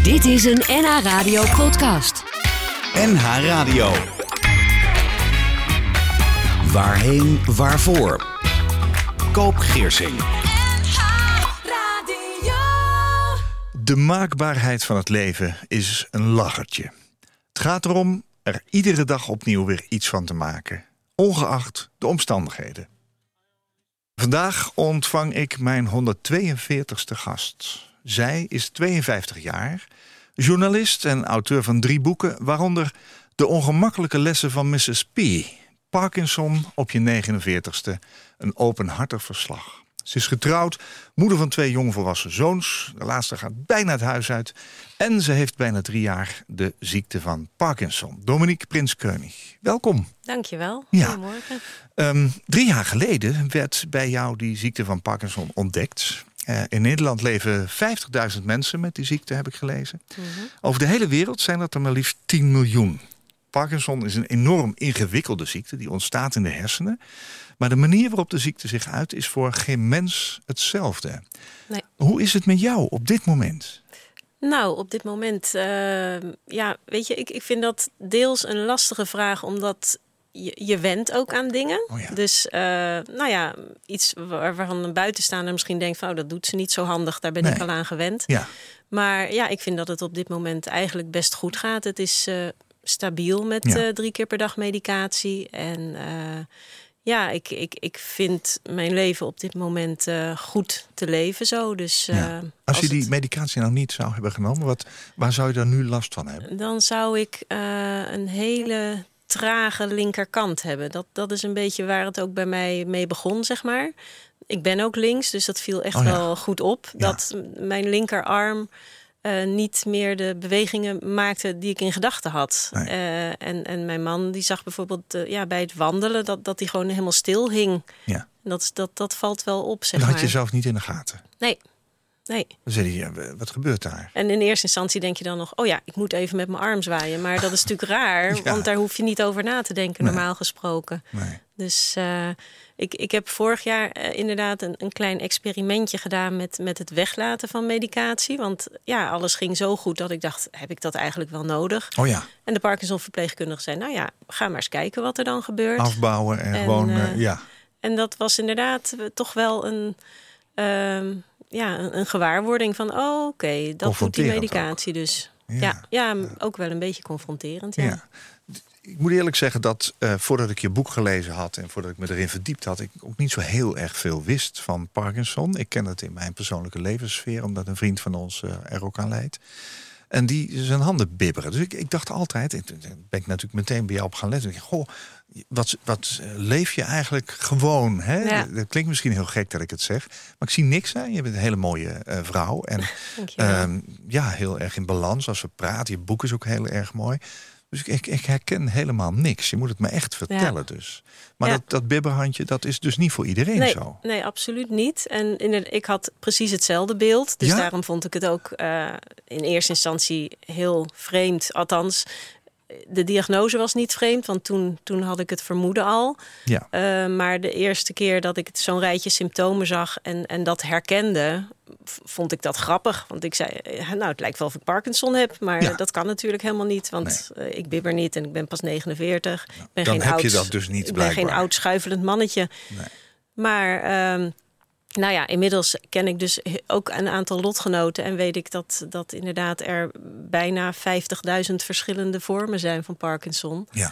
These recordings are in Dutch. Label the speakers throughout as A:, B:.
A: Dit is een NH Radio podcast.
B: NH Radio. Waarheen, waarvoor? Koop Geersing.
C: NH Radio.
D: De maakbaarheid van het leven is een lachertje. Het gaat erom er iedere dag opnieuw weer iets van te maken, ongeacht de omstandigheden. Vandaag ontvang ik mijn 142ste gast. Zij is 52 jaar, journalist en auteur van 3 boeken, waaronder De ongemakkelijke lessen van Mrs. P. Parkinson op je 49ste, een openhartig verslag. Ze is getrouwd, moeder van 2 jongvolwassen zoons. De laatste gaat bijna het huis uit. En ze heeft bijna 3 jaar de ziekte van Parkinson. Dominique Prins-Keunig, welkom.
E: Dankjewel.
D: Ja.
E: Goedemorgen.
D: 3 jaar geleden werd bij jou die ziekte van Parkinson ontdekt. In Nederland leven 50.000 mensen met die ziekte, heb ik gelezen.
E: Mm-hmm.
D: Over de hele wereld zijn dat er maar liefst 10 miljoen. Parkinson is een enorm ingewikkelde ziekte die ontstaat in de hersenen. Maar de manier waarop de ziekte zich uit is voor geen mens hetzelfde.
E: Nee.
D: Hoe is het met jou op dit moment?
E: Nou, op dit moment, weet je, ik vind dat deels een lastige vraag, omdat je went ook aan dingen.
D: Oh ja.
E: Dus, iets waarvan een buitenstaander misschien denkt van, dat doet ze niet zo handig, daar ben ik al aan gewend.
D: Ja.
E: Maar ja, ik vind dat het op dit moment eigenlijk best goed gaat. Het is stabiel met 3 keer per dag medicatie. En ik vind mijn leven op dit moment goed te leven zo. Dus,
D: Als je die medicatie nou niet zou hebben genomen, waar zou je dan nu last van hebben?
E: Dan zou ik een hele trage linkerkant hebben. Dat is een beetje waar het ook bij mij mee begon, zeg maar. Ik ben ook links, dus dat viel echt wel goed op. Ja. Dat mijn linkerarm niet meer de bewegingen maakte die ik in gedachten had.
D: Nee.
E: En mijn man die zag bijvoorbeeld bij het wandelen dat hij gewoon helemaal stil hing.
D: Ja.
E: Dat valt wel op, zeg
D: Dat
E: maar.
D: had je zelf niet in de gaten?
E: Nee.
D: Dan zei hij, wat gebeurt daar?
E: En in eerste instantie denk je dan nog, ik moet even met mijn arm zwaaien. Maar dat is natuurlijk raar, want daar hoef je niet over na te denken, normaal gesproken.
D: Nee.
E: Dus ik heb vorig jaar inderdaad een klein experimentje gedaan met het weglaten van medicatie. Want alles ging zo goed dat ik dacht, heb ik dat eigenlijk wel nodig?
D: Oh ja.
E: En de Parkinson-verpleegkundige zei, ga maar eens kijken wat er dan gebeurt.
D: Afbouwen en gewoon,
E: En dat was inderdaad toch wel een gewaarwording van, dat doet die medicatie ook. Dus. Ja, ook wel een beetje confronterend, ja.
D: Ik moet eerlijk zeggen dat voordat ik je boek gelezen had en voordat ik me erin verdiept had, ik ook niet zo heel erg veel wist van Parkinson. Ik ken het in mijn persoonlijke levenssfeer, omdat een vriend van ons er ook aan leidt. En die zijn handen bibberen. Dus ik dacht altijd, ben ik natuurlijk meteen bij jou op gaan letten. Ik dacht, wat leef je eigenlijk gewoon? Hè?
E: Ja.
D: Dat klinkt misschien heel gek dat ik het zeg. Maar ik zie niks aan. Je bent een hele mooie vrouw. En heel erg in balans als we praten. Je boek is ook heel erg mooi. Dus ik herken helemaal niks. Je moet het me echt vertellen dus. Maar dat bibberhandje, dat is dus niet voor iedereen zo.
E: Nee, absoluut niet. En ik had precies hetzelfde beeld. Dus daarom vond ik het ook in eerste instantie heel vreemd. Althans, de diagnose was niet vreemd, want toen had ik het vermoeden al. Ja. Maar de eerste keer dat ik zo'n rijtje symptomen zag en dat herkende, vond ik dat grappig. Want ik zei, het lijkt wel of ik Parkinson heb, maar dat kan natuurlijk helemaal niet. Want ik bibber niet en ik ben pas 49.
D: Dan heb je dat dus niet, blijkbaar.
E: Ik ben geen oud schuifelend mannetje. Nee. Maar inmiddels ken ik dus ook een aantal lotgenoten en weet ik dat inderdaad er bijna 50.000 verschillende vormen zijn van Parkinson. Ja.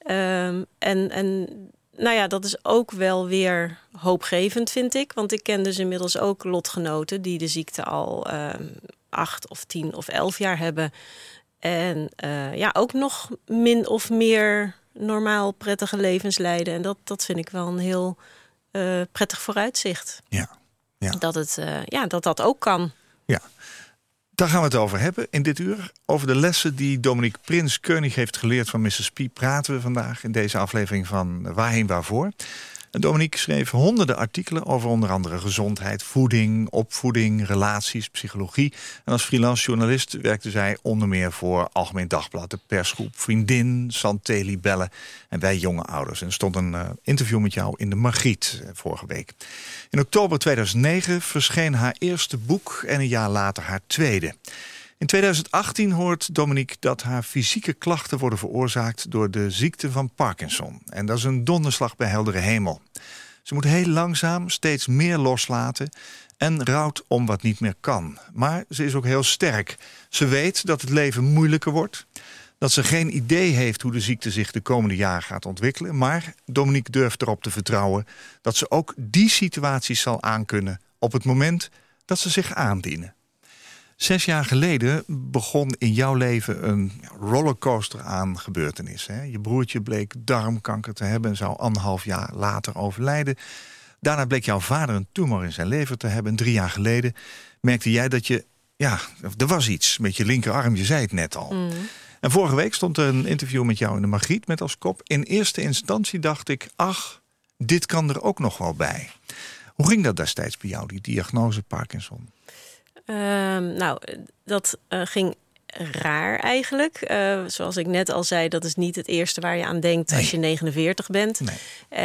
E: Dat is ook wel weer hoopgevend, vind ik. Want ik ken dus inmiddels ook lotgenoten die de ziekte al 8 of 10 of 11 jaar hebben. En ook nog min of meer normaal prettige levens leiden. En dat vind ik wel een heel prettig vooruitzicht. Ja. Dat ook kan. Ja.
D: Daar gaan we het over hebben in dit uur. Over de lessen die Dominique Prins-Keunig heeft geleerd van Mrs. P. praten we vandaag in deze aflevering van Waarheen, waarvoor. En Dominique schreef honderden artikelen over onder andere gezondheid, voeding, opvoeding, relaties, psychologie. En als freelance journalist werkte zij onder meer voor Algemeen Dagblad, de persgroep Vriendin, Santé Libelle en Wij Jonge Ouders. En er stond een interview met jou in de Margriet vorige week. In oktober 2009 verscheen haar eerste boek en een jaar later haar tweede. In 2018 hoort Dominique dat haar fysieke klachten worden veroorzaakt door de ziekte van Parkinson. En dat is een donderslag bij heldere hemel. Ze moet heel langzaam steeds meer loslaten en rouwt om wat niet meer kan. Maar ze is ook heel sterk. Ze weet dat het leven moeilijker wordt, dat ze geen idee heeft hoe de ziekte zich de komende jaren gaat ontwikkelen. Maar Dominique durft erop te vertrouwen dat ze ook die situaties zal aankunnen op het moment dat ze zich aandienen. 6 jaar geleden begon in jouw leven een rollercoaster aan gebeurtenissen. Hè? Je broertje bleek darmkanker te hebben en zou 1,5 jaar later overlijden. Daarna bleek jouw vader een tumor in zijn lever te hebben. En 3 jaar geleden merkte jij dat er was iets met je linkerarm, je zei het net al. En vorige week stond er een interview met jou in de Margriet met als kop: in eerste instantie dacht ik, ach, dit kan er ook nog wel bij. Hoe ging dat destijds bij jou, die diagnose Parkinson?
E: Dat ging raar eigenlijk. Zoals ik net al zei, dat is niet het eerste waar je aan denkt als je 49 bent.
D: Nee.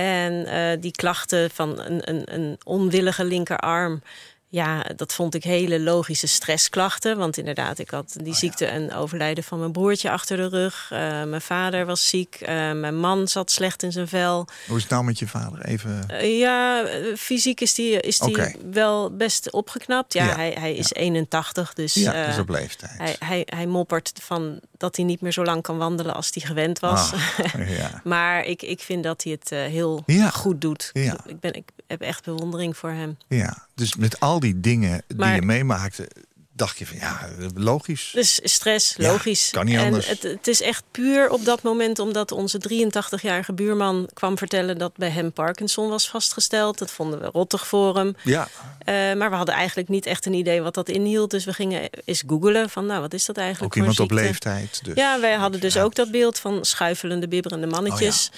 E: En die klachten van een onwillige linkerarm, ja, dat vond ik hele logische stressklachten. Want inderdaad, ik had die ziekte en overlijden van mijn broertje achter de rug. Mijn vader was ziek. Mijn man zat slecht in zijn vel.
D: Hoe is het nou met je vader? Even...
E: Fysiek is die wel best opgeknapt. Ja, hij is 81, dus...
D: Ja, dus op leeftijd.
E: Hij moppert van dat hij niet meer zo lang kan wandelen als hij gewend was.
D: Ja.
E: Maar ik vind dat hij het heel goed doet.
D: Ja.
E: Ik heb echt bewondering voor hem.
D: Ja, dus met al die dingen die je meemaakte, dacht je van logisch.
E: Dus stress, logisch.
D: Kan niet anders.
E: En het is echt puur op dat moment omdat onze 83-jarige buurman kwam vertellen dat bij hem Parkinson was vastgesteld. Dat vonden we rottig voor hem.
D: Ja.
E: Maar we hadden eigenlijk niet echt een idee wat dat inhield. Dus we gingen eens googlen van, wat is dat eigenlijk
D: ook
E: voor
D: iemand
E: ziekte?
D: Op leeftijd. Dus.
E: Ja, wij hadden dus ook dat beeld van schuifelende, bibberende mannetjes.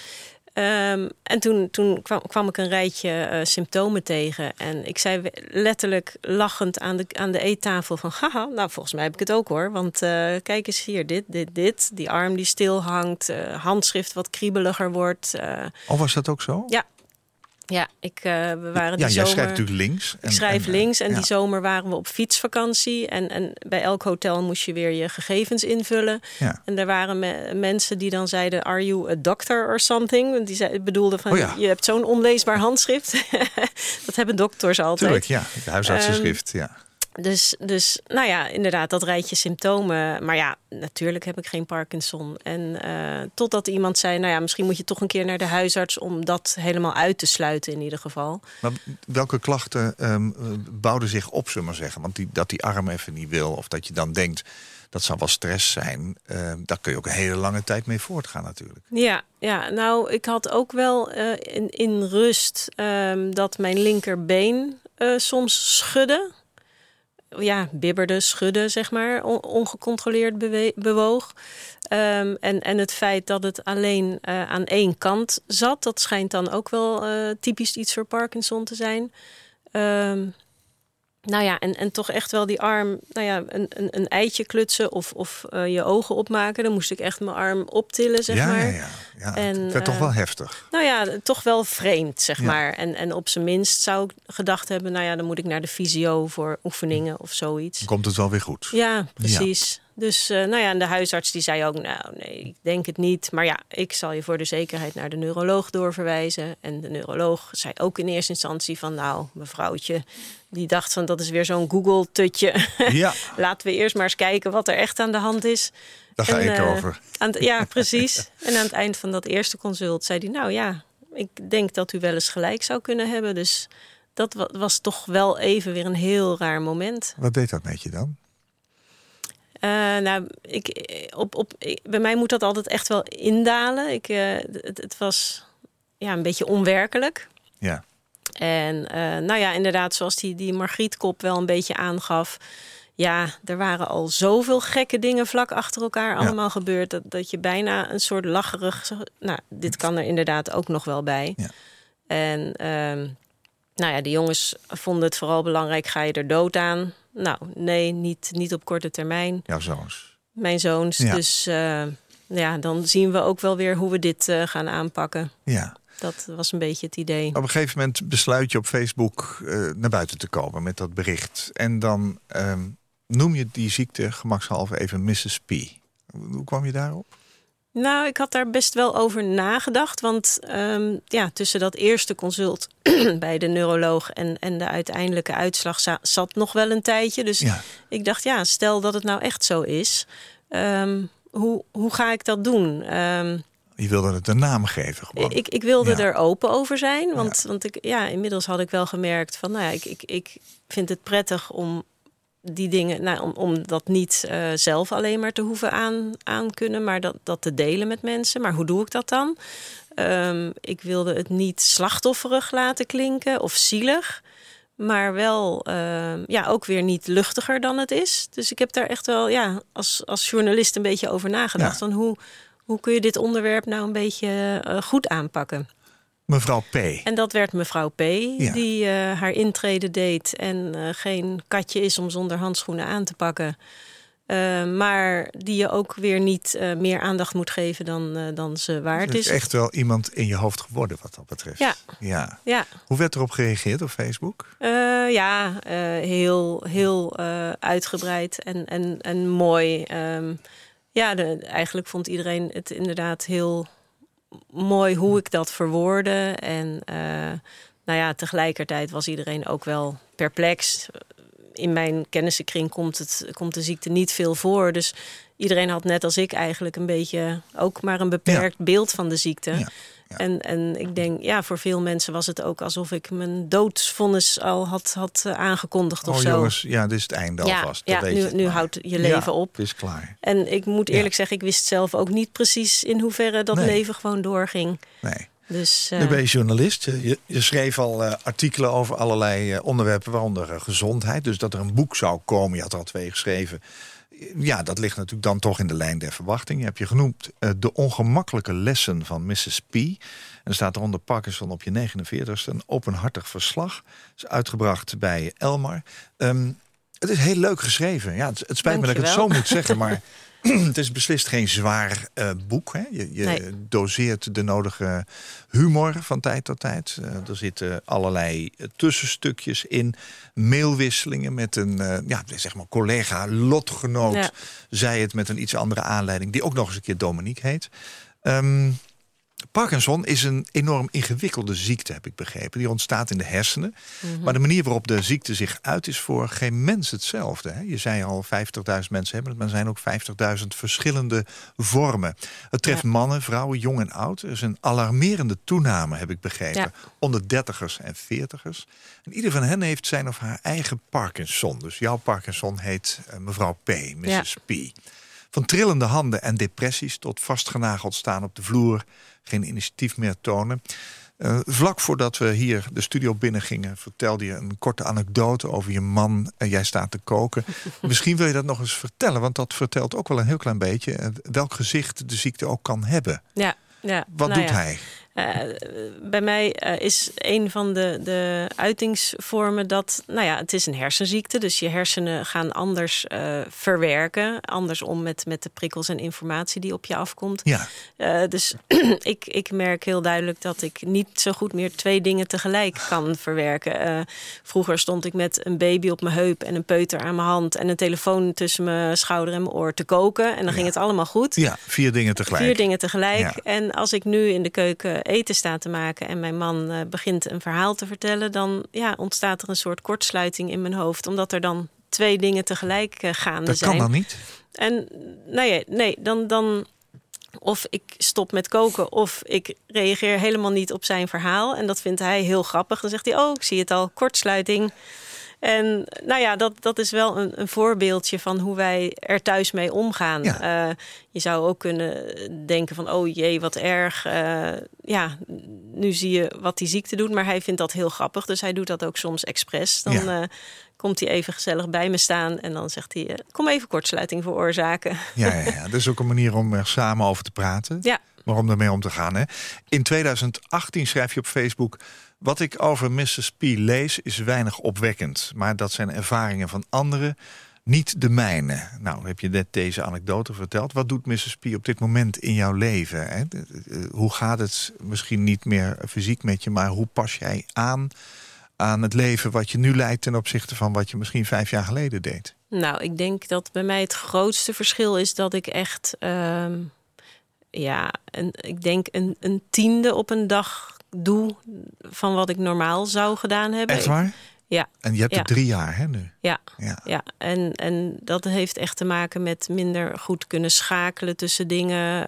E: En toen kwam ik een rijtje symptomen tegen. En ik zei letterlijk lachend aan de eettafel van... haha, nou volgens mij heb ik het ook hoor. Want kijk eens hier, dit. Die arm die stil hangt. Handschrift wat kriebeliger wordt.
D: Was dat ook zo?
E: Ja. Ja, we waren die zomer...
D: jij schrijft natuurlijk links.
E: Ik schrijf links en die zomer waren we op fietsvakantie. En bij elk hotel moest je weer je gegevens invullen. Ja. En er waren mensen die dan zeiden... Are you a doctor or something? Want die bedoelden van, je hebt zo'n onleesbaar handschrift. Dat hebben dokters altijd.
D: Tuurlijk, ja. Het huisartsenschrift,
E: Dus inderdaad, dat rijtje symptomen. Maar ja, natuurlijk heb ik geen Parkinson. En totdat iemand zei, misschien moet je toch een keer naar de huisarts... om dat helemaal uit te sluiten in ieder geval. Maar
D: welke klachten bouwden zich op, zullen we maar zeggen? Want dat die arm even niet wil, of dat je dan denkt... dat zal wel stress zijn. Daar kun je ook een hele lange tijd mee voortgaan natuurlijk.
E: Ja, nou, ik had ook wel in rust dat mijn linkerbeen soms schudde. Ja, bibberde, schudde, zeg maar, ongecontroleerd bewoog. En het feit dat het alleen aan één kant zat... dat schijnt dan ook wel typisch iets voor Parkinson te zijn. En toch echt wel die arm, een eitje klutsen of je ogen opmaken. Dan moest ik echt mijn arm optillen, zeg maar.
D: Ja, het werd toch wel heftig.
E: Toch wel vreemd, zeg maar. En op zijn minst zou ik gedacht hebben... dan moet ik naar de fysio voor oefeningen of zoiets. Dan
D: komt het wel weer goed.
E: Ja, precies. Ja. Dus en de huisarts die zei ook... nee, ik denk het niet. Maar ik zal je voor de zekerheid naar de neuroloog doorverwijzen. En de neuroloog zei ook in eerste instantie van... mevrouwtje, die dacht van dat is weer zo'n Google-tutje. Ja. Laten we eerst maar eens kijken wat er echt aan de hand is.
D: Daar ga ik over.
E: Precies. En aan het eind van dat eerste consult zei hij... ik denk dat u wel eens gelijk zou kunnen hebben. Dus dat was toch wel even weer een heel raar moment.
D: Wat deed dat met je dan?
E: Bij mij moet dat altijd echt wel indalen. Het was een beetje onwerkelijk.
D: Ja.
E: En inderdaad, zoals die Margrietkop wel een beetje aangaf... Ja, er waren al zoveel gekke dingen vlak achter elkaar allemaal gebeurd... dat je bijna een soort lacherig... dit kan er inderdaad ook nog wel bij. Ja. En de jongens vonden het vooral belangrijk... ga je er dood aan? Nou, nee, niet op korte termijn.
D: Jouw zoons?
E: Mijn zoons. Ja. Dus dan zien we ook wel weer hoe we dit gaan aanpakken. Ja. Dat was een beetje het idee.
D: Op een gegeven moment besluit je op Facebook naar buiten te komen met dat bericht. En dan noem je die ziekte gemakshalve even Mrs. P. Hoe kwam je daarop?
E: Nou, ik had daar best wel over nagedacht. Want tussen dat eerste consult bij de neuroloog en de uiteindelijke uitslag zat nog wel een tijdje. Dus ik dacht, stel dat het nou echt zo is. Hoe ga ik dat doen?
D: Je wilde het een naam geven gewoon.
E: Ik wilde er open over zijn. Want inmiddels had ik wel gemerkt van, ik vind het prettig om die dingen, om dat niet zelf alleen maar te hoeven aan kunnen, maar dat te delen met mensen. Maar hoe doe ik dat dan? Ik wilde het niet slachtofferig laten klinken of zielig, maar wel ook weer niet luchtiger dan het is. Dus ik heb daar echt wel als journalist een beetje over nagedacht. Van hoe kun je dit onderwerp nou een beetje goed aanpakken?
D: Mevrouw P.
E: En dat werd mevrouw P. Die haar intrede deed en geen katje is om zonder handschoenen aan te pakken. Maar die je ook weer niet meer aandacht moet geven dan ze waard is.
D: Het is echt wel iemand in je hoofd geworden wat dat betreft. Ja. Hoe werd erop gereageerd op Facebook?
E: Heel uitgebreid en mooi. Eigenlijk vond iedereen het inderdaad heel mooi hoe ik dat verwoordde. En tegelijkertijd was iedereen ook wel perplex. In mijn kennissenkring komt de ziekte niet veel voor. Dus iedereen had net als ik eigenlijk een beetje ook maar een beperkt beeld van de ziekte. Ja. En ik denk, voor veel mensen was het ook alsof ik mijn doodsvonnis al had aangekondigd of zo.
D: Jongens, dit is het einde alvast.
E: Nu houdt je leven op.
D: Het is klaar.
E: En ik moet eerlijk zeggen, ik wist zelf ook niet precies in hoeverre dat leven gewoon doorging.
D: Nee.
E: Dus,
D: nu ben je journalist. Je schreef al artikelen over allerlei onderwerpen, waaronder gezondheid. Dus dat er een boek zou komen, je had er al 2 geschreven. Ja, dat ligt natuurlijk dan toch in de lijn der verwachting. Je hebt je genoemd De ongemakkelijke lessen van Mrs. P. En er staat eronder Parkinson op je 49ste. Een openhartig verslag. Is uitgebracht bij Elmar. Het is heel leuk geschreven. Ja, het spijt me dat ik het zo moet zeggen, maar het is beslist geen zwaar boek. Hè? Je doseert de nodige humor van tijd tot tijd. Er zitten allerlei tussenstukjes in. Mailwisselingen met een collega, lotgenoot. Ja. Zei het met een iets andere aanleiding. Die ook nog eens een keer Dominique heet. Parkinson is een enorm ingewikkelde ziekte, heb ik begrepen. Die ontstaat in de hersenen. Mm-hmm. Maar de manier waarop de ziekte zich uit is voor geen mens hetzelfde. Hè? Je zei al, 50.000 mensen hebben het, maar er zijn ook 50.000 verschillende vormen. Het treft mannen, vrouwen, jong en oud. Er is een alarmerende toename, heb ik begrepen. Ja. Onder 30ers en 40ers. En ieder van hen heeft zijn of haar eigen Parkinson. Dus jouw Parkinson heet mevrouw P, Mrs. P. Van trillende handen en depressies tot vastgenageld staan op de vloer. Geen initiatief meer tonen. Vlak voordat we hier de studio binnengingen, vertelde je een korte anekdote over je man. Jij staat te koken. Misschien wil je dat nog eens vertellen, want dat vertelt ook wel een heel klein beetje welk gezicht de ziekte ook kan hebben.
E: Ja.
D: Wat doet hij?
E: Bij mij is een van de uitingsvormen dat, het is een hersenziekte. Dus je hersenen gaan anders verwerken. Anders om met de prikkels en informatie die op je afkomt. Ja. Dus ik merk heel duidelijk dat ik niet zo goed meer 2 dingen tegelijk kan verwerken. Vroeger stond ik met een baby op mijn heup en een peuter aan mijn hand en een telefoon tussen mijn schouder en mijn oor te koken. En dan ging het allemaal goed.
D: Ja, 4 dingen tegelijk.
E: 4 dingen tegelijk. Ja. En als ik nu in de keuken eten sta te maken en mijn man begint een verhaal te vertellen, dan ontstaat er een soort kortsluiting in mijn hoofd, omdat er dan 2 dingen tegelijk gaande zijn.
D: Dat kan dan niet?
E: En nee, dan of ik stop met koken of ik reageer helemaal niet op zijn verhaal. En dat vindt hij heel grappig. Dan zegt hij, ik zie het al, kortsluiting. En dat is wel een voorbeeldje van hoe wij er thuis mee omgaan. Ja. Je zou ook kunnen denken van, oh jee, wat erg. Nu zie je wat die ziekte doet. Maar hij vindt dat heel grappig. Dus hij doet dat ook soms expres. Dan komt hij even gezellig bij me staan. En dan zegt hij, kom even kortsluiting veroorzaken. Ja,
D: dat is ook een manier om er samen over te praten. Ja. Maar om ermee om te gaan. Hè? In 2018 schrijf je op Facebook: wat ik over Mrs. P lees is weinig opwekkend. Maar dat zijn ervaringen van anderen, niet de mijne. Nou, heb je net deze anekdote verteld. Wat doet Mrs. P op dit moment in jouw leven? Hè? Hoe gaat het misschien niet meer fysiek met je, maar hoe pas jij aan het leven wat je nu leidt ten opzichte van wat je misschien 5 jaar geleden deed?
E: Nou, ik denk dat bij mij het grootste verschil is dat ik echt... ik denk een tiende op een dag doe van wat ik normaal zou gedaan hebben.
D: Echt waar?
E: Ja.
D: En je hebt er 3 jaar, hè, nu?
E: Ja. En dat heeft echt te maken met minder goed kunnen schakelen tussen dingen.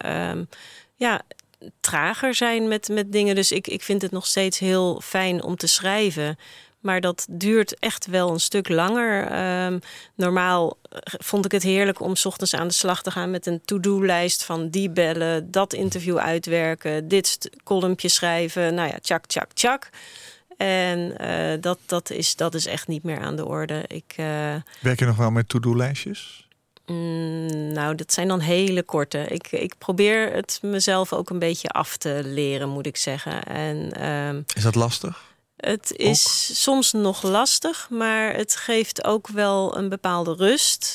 E: Trager zijn met dingen. Dus ik vind het nog steeds heel fijn om te schrijven. Maar dat duurt echt wel een stuk langer. Normaal vond ik het heerlijk om 's ochtends aan de slag te gaan met een to-do-lijst van die bellen, dat interview uitwerken, dit columnpje schrijven. Nou ja, tjak, tjak, tjak. En dat is echt niet meer aan de orde.
D: Werk je nog wel met to-do-lijstjes?
E: Nou, dat zijn dan hele korte. Ik probeer het mezelf ook een beetje af te leren, moet ik zeggen. En,
D: is dat lastig?
E: Het is soms nog lastig, maar het geeft ook wel een bepaalde rust.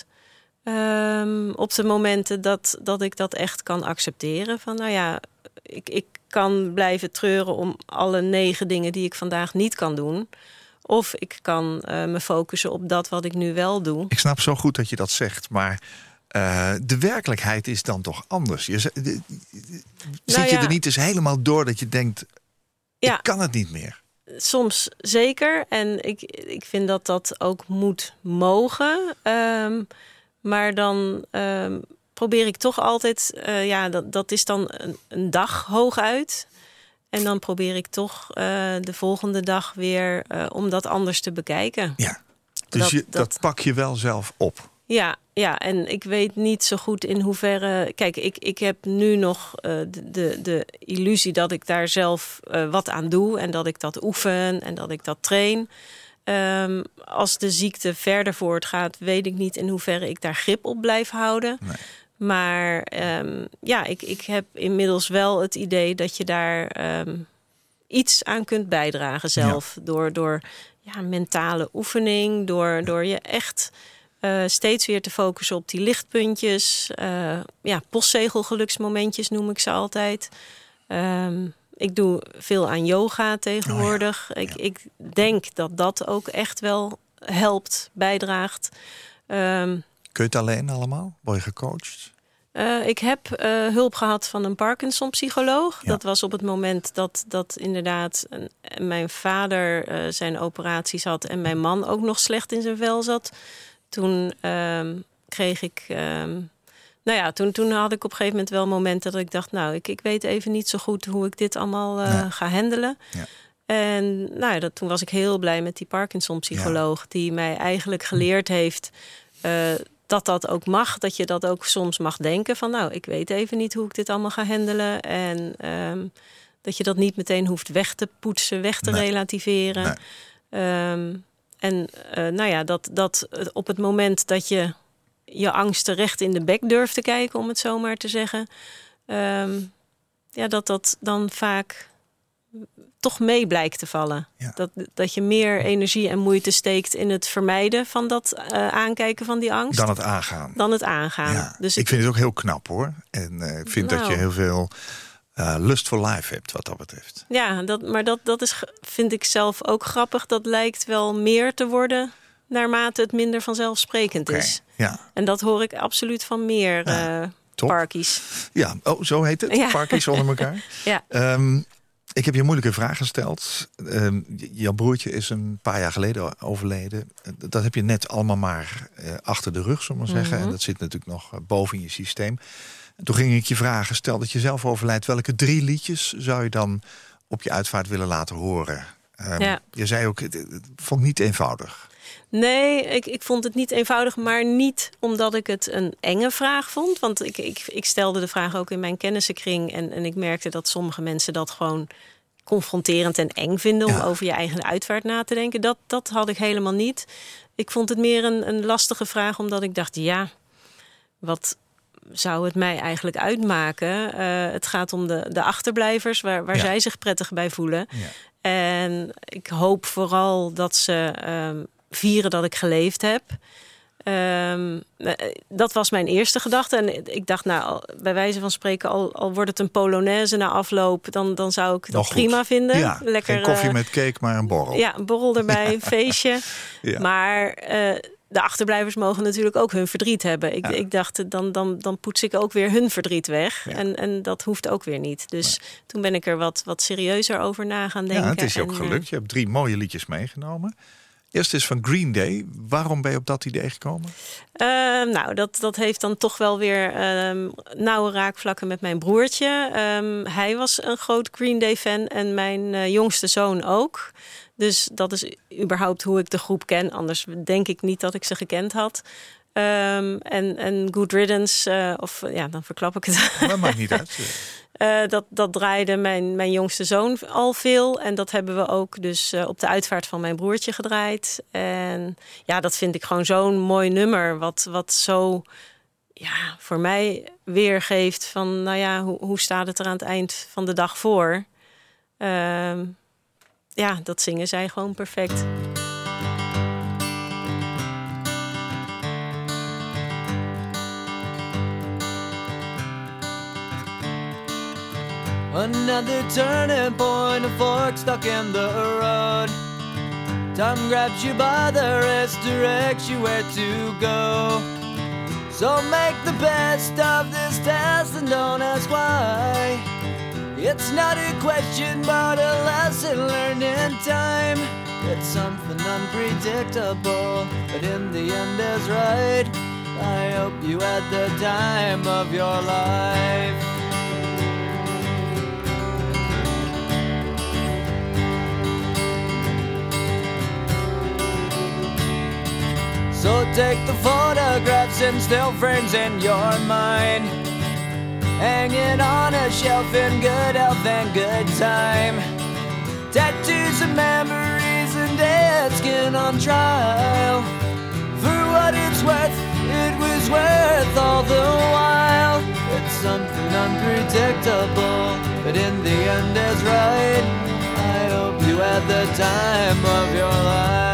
E: Op de momenten dat ik dat echt kan accepteren. Van nou ja, ik kan blijven treuren om alle 9 dingen die ik vandaag niet kan doen. Of ik kan me focussen op dat wat ik nu wel doe.
D: Ik snap zo goed dat je dat zegt, maar de werkelijkheid is dan toch anders. Zit je er niet eens helemaal door dat je denkt, ik kan het niet meer?
E: Soms zeker. En ik vind dat ook moet mogen. Maar dan probeer ik toch altijd... dat is dan een dag hooguit. En dan probeer ik toch de volgende dag weer om dat anders te bekijken.
D: Ja, dus dat pak je wel zelf op.
E: Ja, en ik weet niet zo goed in hoeverre... Kijk, ik heb nu nog de illusie dat ik daar zelf wat aan doe... en dat ik dat oefen en dat ik dat train. Als de ziekte verder voortgaat, weet ik niet in hoeverre ik daar grip op blijf houden. Nee. Maar ik heb inmiddels wel het idee dat je daar iets aan kunt bijdragen zelf. Ja. Door mentale oefening, door je echt... steeds weer te focussen op die lichtpuntjes. Postzegelgeluksmomentjes noem ik ze altijd. Ik doe veel aan yoga tegenwoordig.
D: Oh ja.
E: Ik denk dat ook echt wel helpt, bijdraagt.
D: Kun je het alleen allemaal? Word je gecoacht?
E: Ik heb hulp gehad van een Parkinson-psycholoog. Ja. Dat was op het moment dat inderdaad mijn vader zijn operaties had... en mijn man ook nog slecht in zijn vel zat... Toen kreeg ik... Toen had ik op een gegeven moment wel momenten dat ik dacht... ik weet even niet zo goed hoe ik dit allemaal ga handelen. Ja. En toen was ik heel blij met die Parkinson-psycholoog... die mij eigenlijk geleerd heeft dat ook mag. Dat je dat ook soms mag denken van... ik weet even niet hoe ik dit allemaal ga handelen. En dat je dat niet meteen hoeft weg te poetsen, weg te relativeren. Nee. Dat op het moment dat je angsten recht in de bek durft te kijken, om het zo maar te zeggen, dat dan vaak toch mee blijkt te vallen. Ja. Dat je meer energie en moeite steekt in het vermijden van dat aankijken van die angst.
D: Dan het aangaan. Ja. Dus ik vind het ook heel knap, hoor. En ik vind dat je heel veel... lust for life hebt, wat dat betreft. Ja, dat is, vind ik zelf ook grappig. Dat lijkt wel meer te worden naarmate het minder vanzelfsprekend is. Ja. En dat hoor ik absoluut van meer parkies. Ja, zo heet het. Ja. Parkies onder elkaar. Ja. Ik heb je een moeilijke vraag gesteld. Jouw broertje is een paar jaar geleden overleden. Dat heb je net allemaal maar achter de rug, zullen we maar zeggen. En dat zit natuurlijk nog boven in je systeem. En toen ging ik je vragen, stel dat je zelf overlijdt... welke 3 liedjes zou je dan op je uitvaart willen laten horen? Je zei ook, het vond ik niet eenvoudig. Nee, ik vond het niet eenvoudig, maar niet omdat ik het een enge vraag vond. Want ik stelde de vraag ook in mijn kennissenkring... en ik merkte dat sommige mensen dat gewoon confronterend en eng vinden... om over je eigen uitvaart na te denken. Dat had ik helemaal niet. Ik vond het meer een lastige vraag, omdat ik dacht... wat zou het mij eigenlijk uitmaken? Het gaat om de achterblijvers, waar zij zich prettig bij voelen. Ja. En ik hoop vooral dat ze vieren dat ik geleefd heb. Dat was mijn eerste gedachte. En ik dacht, bij wijze van spreken... al wordt het een Polonaise na afloop... dan zou ik dat prima vinden. Ja, lekker, geen koffie met cake, maar een borrel. Ja, een borrel erbij, een feestje. Ja. Maar
E: de achterblijvers mogen natuurlijk ook hun verdriet hebben. Ik dacht, dan poets ik ook weer hun verdriet weg. Ja. En dat hoeft ook weer niet. Dus toen ben ik er wat serieuzer over na gaan denken.
D: Ja, het is je ook gelukt. Je hebt 3 mooie liedjes meegenomen. Eerst is van Green Day. Waarom ben je op dat idee gekomen?
E: Dat heeft dan toch wel weer nauwe raakvlakken met mijn broertje. Hij was een groot Green Day fan en mijn jongste zoon ook. Dus dat is überhaupt hoe ik de groep ken. Anders denk ik niet dat ik ze gekend had. En Good Riddance, dan verklap ik het.
D: Dat maakt niet uit.
E: Dat draaide mijn jongste zoon al veel. En dat hebben we ook dus op de uitvaart van mijn broertje gedraaid. En ja, dat vind ik gewoon zo'n mooi nummer. Wat zo voor mij weergeeft van, hoe staat het er aan het eind van de dag voor? Dat zingen zij gewoon perfect.
F: Another turning point, a fork stuck in the road. Time grabs you by the wrist, directs you where to go. So make the best of this test and don't ask why. It's not a question, but a lesson learned in time. It's something unpredictable, but in the end is right. I hope you had the time of your life. So take the photographs and still frames in your mind, hanging on a shelf in good health and good time. Tattoos and memories and dead skin on trial. For what it's worth, it was worth all the while. It's something unpredictable, but in the end is right. I hope you had the time of your life.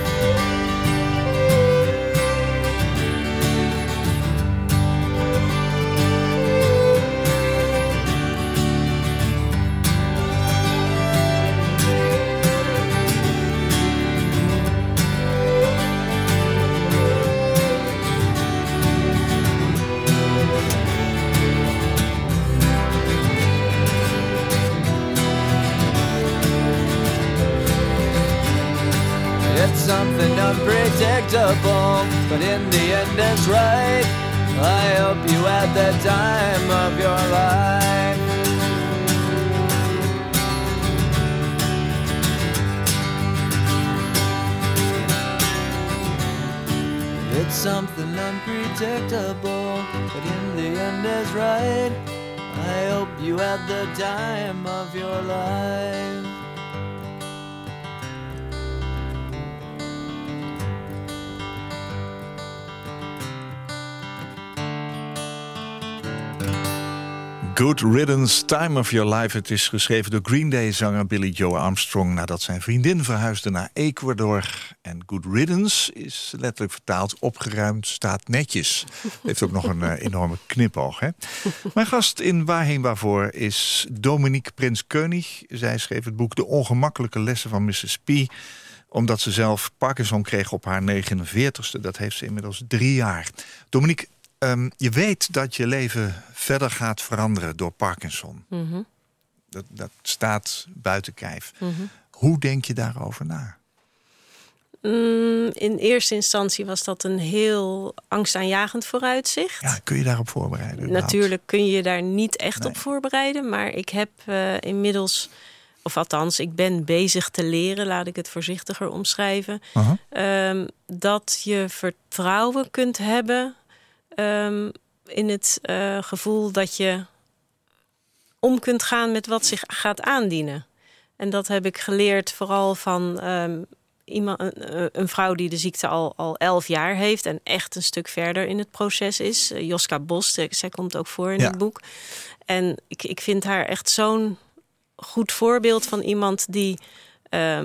F: Something unpredictable, but in the end it's right. I hope you had the time of your life. It's something unpredictable, but in the end is right. I hope you had the time of your life.
D: Good Riddance, Time of Your Life. Het is geschreven door Green Day-zanger Billy Joe Armstrong nadat zijn vriendin verhuisde naar Ecuador. En Good Riddance is letterlijk vertaald opgeruimd, staat netjes. Heeft ook nog een enorme knipoog. Hè? Mijn gast in Waarheen Waarvoor is Dominique Prins-Koenig. Zij schreef het boek De Ongemakkelijke Lessen van Mrs. P. Omdat ze zelf Parkinson kreeg op haar 49ste. Dat heeft ze inmiddels 3 jaar. Dominique, je weet dat je leven verder gaat veranderen door Parkinson. Mm-hmm. Dat staat buiten kijf. Mm-hmm. Hoe denk je daarover na?
E: In eerste instantie was dat een heel angstaanjagend vooruitzicht.
D: Ja, kun je daarop voorbereiden? Überhaupt?
E: Natuurlijk kun je daar niet echt op voorbereiden. Maar ik heb inmiddels, of althans, ik ben bezig te leren, laat ik het voorzichtiger omschrijven. Uh-huh. Dat je vertrouwen kunt hebben in het gevoel dat je om kunt gaan met wat zich gaat aandienen. En dat heb ik geleerd vooral van een vrouw die de ziekte al 11 jaar heeft en echt een stuk verder in het proces is. Joska Bos, zij komt ook voor in het boek. En ik vind haar echt zo'n goed voorbeeld van iemand die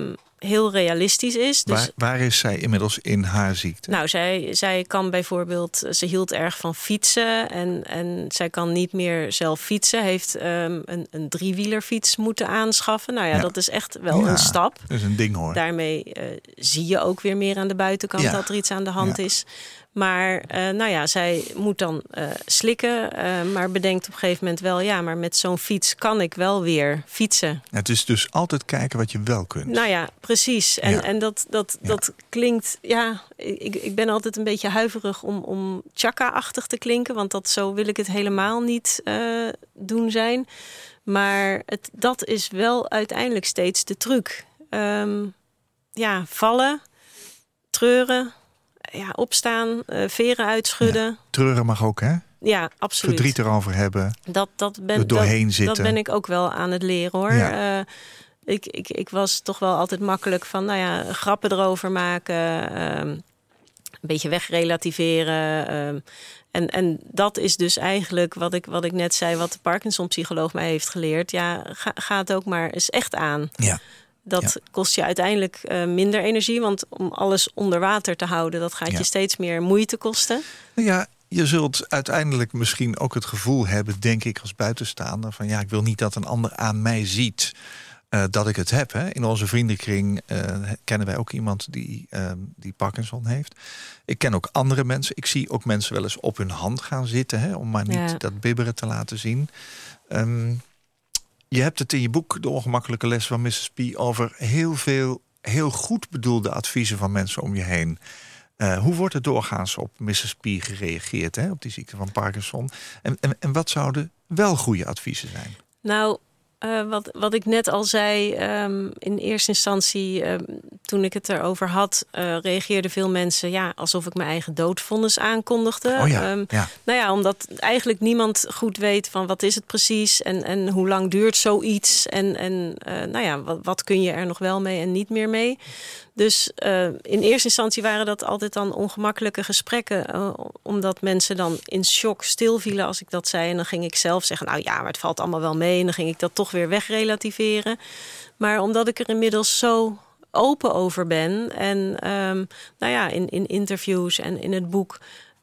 E: heel realistisch is. Dus,
D: Waar is zij inmiddels in haar ziekte?
E: Nou, zij kan bijvoorbeeld... Ze hield erg van fietsen en zij kan niet meer zelf fietsen. Heeft een driewielerfiets moeten aanschaffen. Nou ja, dat is echt wel een stap.
D: Dat is een ding, hoor.
E: Daarmee zie je ook weer meer aan de buitenkant dat er iets aan de hand is. Maar zij moet dan slikken. Maar bedenkt op een gegeven moment wel... ja, maar met zo'n fiets kan ik wel weer fietsen.
D: Het is dus altijd kijken wat je wel kunt.
E: Nou ja, precies. En dat klinkt... Ja, ik ben altijd een beetje huiverig om Chaka-achtig te klinken. Want zo wil ik het helemaal niet doen zijn. Maar dat is wel uiteindelijk steeds de truc. Vallen, treuren... Ja, opstaan, veren uitschudden. Ja,
D: treuren mag ook, hè?
E: Ja, absoluut.
D: Verdriet erover hebben.
E: Er
D: doorheen zitten.
E: Dat ben ik ook wel aan het leren, hoor. Ja. Ik was toch wel altijd makkelijk van, grappen erover maken. Een beetje wegrelativeren. En dat is dus eigenlijk wat ik net zei... wat de Parkinson-psycholoog mij heeft geleerd. Ja, ga het ook maar eens echt aan.
D: Ja.
E: Dat kost je uiteindelijk minder energie. Want om alles onder water te houden... dat gaat je steeds meer moeite kosten.
D: Ja, je zult uiteindelijk misschien ook het gevoel hebben... denk ik als buitenstaander... van ik wil niet dat een ander aan mij ziet... dat ik het heb. Hè. In onze vriendenkring kennen wij ook iemand die Parkinson heeft. Ik ken ook andere mensen. Ik zie ook mensen wel eens op hun hand gaan zitten... Hè, om maar niet dat bibberen te laten zien... Je hebt het in je boek, De Ongemakkelijke Les van Mrs. P... over heel veel heel goed bedoelde adviezen van mensen om je heen. Hoe wordt er doorgaans op Mrs. P gereageerd, hè, op die ziekte van Parkinson? En wat zouden wel goede adviezen zijn?
E: Nou, wat ik net al zei, in eerste instantie, toen ik het erover had... reageerden veel mensen alsof ik mijn eigen doodvonnis aankondigde.
D: Oh ja,
E: omdat eigenlijk niemand goed weet van wat is het precies... en hoe lang duurt zoiets en wat kun je er nog wel mee en niet meer mee... Dus in eerste instantie waren dat altijd dan ongemakkelijke gesprekken. Omdat mensen dan in shock stilvielen als ik dat zei. En dan ging ik zelf zeggen, maar het valt allemaal wel mee. En dan ging ik dat toch weer wegrelativeren. Maar omdat ik er inmiddels zo open over ben. En in interviews en in het boek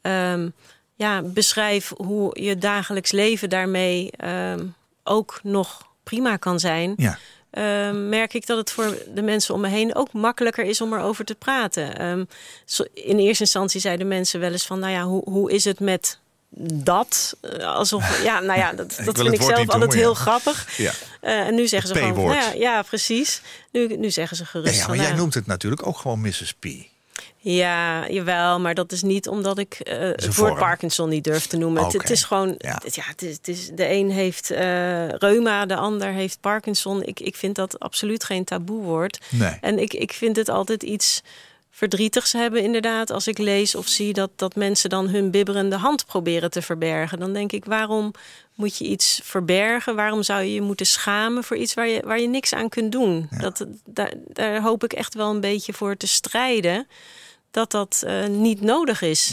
E: beschrijf hoe je dagelijks leven daarmee ook nog prima kan zijn...
D: Ja.
E: Merk ik dat het voor de mensen om me heen ook makkelijker is om erover te praten. In eerste instantie zeiden mensen wel eens van, hoe is het met dat? Alsof, dat vind ik zelf altijd heel grappig. Ja. En nu zeggen ze gewoon, precies. Nu zeggen ze gerust
D: maar jij noemt het natuurlijk ook gewoon Mrs. P.
E: Ja, jawel, maar dat is niet omdat ik het woord Parkinson niet durf te noemen. Okay. Het is gewoon, de een heeft reuma, de ander heeft Parkinson. Ik vind dat absoluut geen taboewoord.
D: Nee.
E: En ik vind het altijd iets verdrietigs hebben inderdaad. Als ik lees of zie dat mensen dan hun bibberende hand proberen te verbergen. Dan denk ik, waarom moet je iets verbergen? Waarom zou je je moeten schamen voor iets waar je niks aan kunt doen? Ja. Daar hoop ik echt wel een beetje voor te strijden. Dat niet nodig is.